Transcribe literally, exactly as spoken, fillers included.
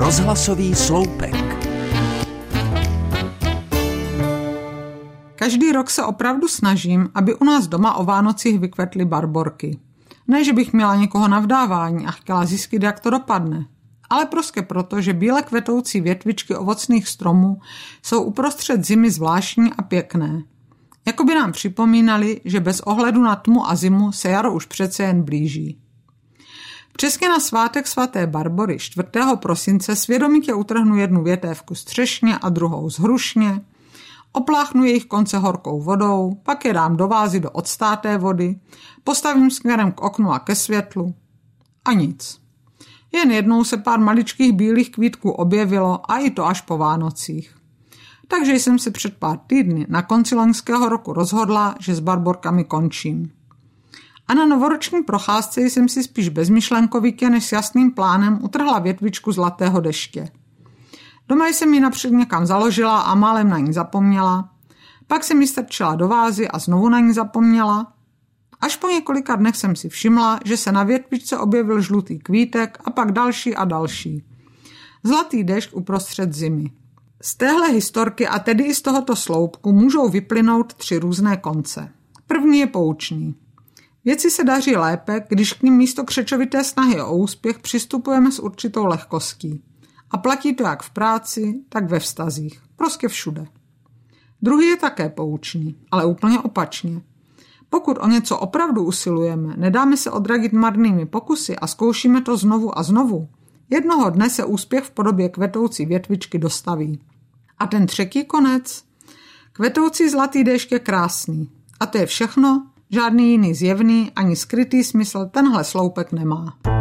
Rozhlasový sloupek. Každý rok se opravdu snažím, aby u nás doma o Vánocích vykvetly barborky. Ne, že bych měla někoho na vdávání a chtěla zjistit, jak to dopadne, ale prostě proto, že bíle kvetoucí větvičky ovocných stromů jsou uprostřed zimy zvláštní a pěkné. Jako by nám připomínali, že bez ohledu na tmu a zimu se jaro už přece jen blíží. Přesně na svátek svaté Barbory čtvrtého prosince svědomitě utrhnu jednu větévku z třešně a druhou z hrušně, opláchnu jejich konce horkou vodou, pak je dám do vázy do odstáté vody, postavím směrem k oknu a ke světlu a nic. Jen jednou se pár maličkých bílých kvítků objevilo a i to až po Vánocích. Takže jsem si před pár týdny na konci loňského roku rozhodla, že s barborkami končím. A na novoroční procházce jsem si spíš bezmyšlenkovitě než s jasným plánem utrhla větvičku zlatého deště. Doma jsem ji napřed někam založila a málem na ní zapomněla, pak jsem ji strčila do vázy a znovu na ní zapomněla. Až po několika dnech jsem si všimla, že se na větvičce objevil žlutý kvítek a pak další a další. Zlatý dešť uprostřed zimy. Z téhle historky a tedy i z tohoto sloupku můžou vyplynout tři různé konce. První je poučný. Věci se daří lépe, když k nim místo křečovité snahy o úspěch přistupujeme s určitou lehkostí. A platí to jak v práci, tak ve vztazích. Prostě všude. Druhý je také poučný, ale úplně opačně. Pokud o něco opravdu usilujeme, nedáme se odradit marnými pokusy a zkoušíme to znovu a znovu, jednoho dne se úspěch v podobě kvetoucí větvičky dostaví. A ten třetí konec? Kvetoucí zlatý déšť je krásný. A to je všechno, žádný jiný zjevný ani skrytý smysl tenhle sloupek nemá.